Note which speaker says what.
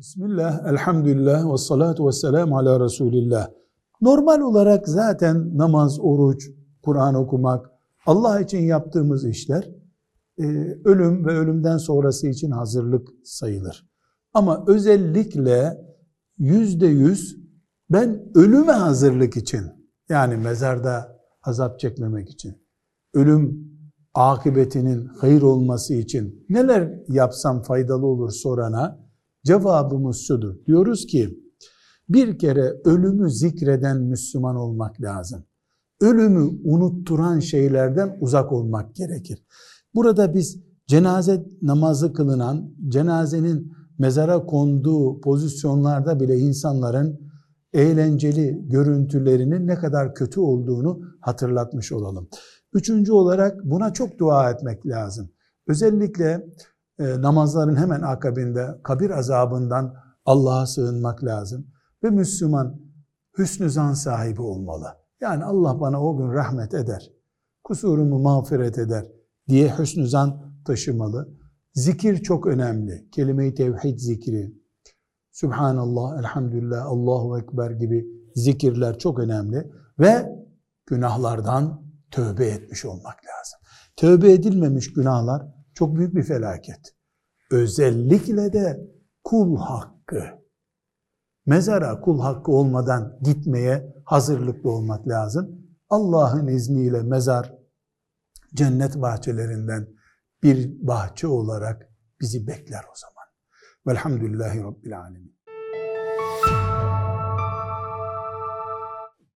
Speaker 1: Bismillah, elhamdülillah ve salatu ve selamu ala Resulillah. Normal olarak zaten namaz, oruç, Kur'an okumak, Allah için yaptığımız işler ölüm ve ölümden sonrası için hazırlık sayılır. Ama özellikle %100 ben ölüme hazırlık için, yani mezarda azap çekmemek için, ölüm akıbetinin hayır olması için neler yapsam faydalı olur sorana cevabımız şudur. Diyoruz ki bir kere ölümü zikreden Müslüman olmak lazım. Ölümü unutturan şeylerden uzak olmak gerekir. Burada biz cenaze namazı kılınan, cenazenin mezara konduğu pozisyonlarda bile insanların eğlenceli görüntülerinin ne kadar kötü olduğunu hatırlatmış olalım. Üçüncü olarak buna çok dua etmek lazım. Özellikle namazların hemen akabinde kabir azabından Allah'a sığınmak lazım. Ve Müslüman hüsnü zan sahibi olmalı. Yani Allah bana o gün rahmet eder, kusurumu mağfiret eder diye hüsnü zan taşımalı. Zikir çok önemli. Kelime-i tevhid zikri, Subhanallah, Elhamdülillah, Allahu Ekber gibi zikirler çok önemli. Ve günahlardan tövbe etmiş olmak lazım. Tövbe edilmemiş günahlar çok büyük bir felaket. Özellikle de kul hakkı. Mezara kul hakkı olmadan gitmeye hazırlıklı olmak lazım. Allah'ın izniyle mezar cennet bahçelerinden bir bahçe olarak bizi bekler o zaman. Velhamdülillahi Rabbil Alemin.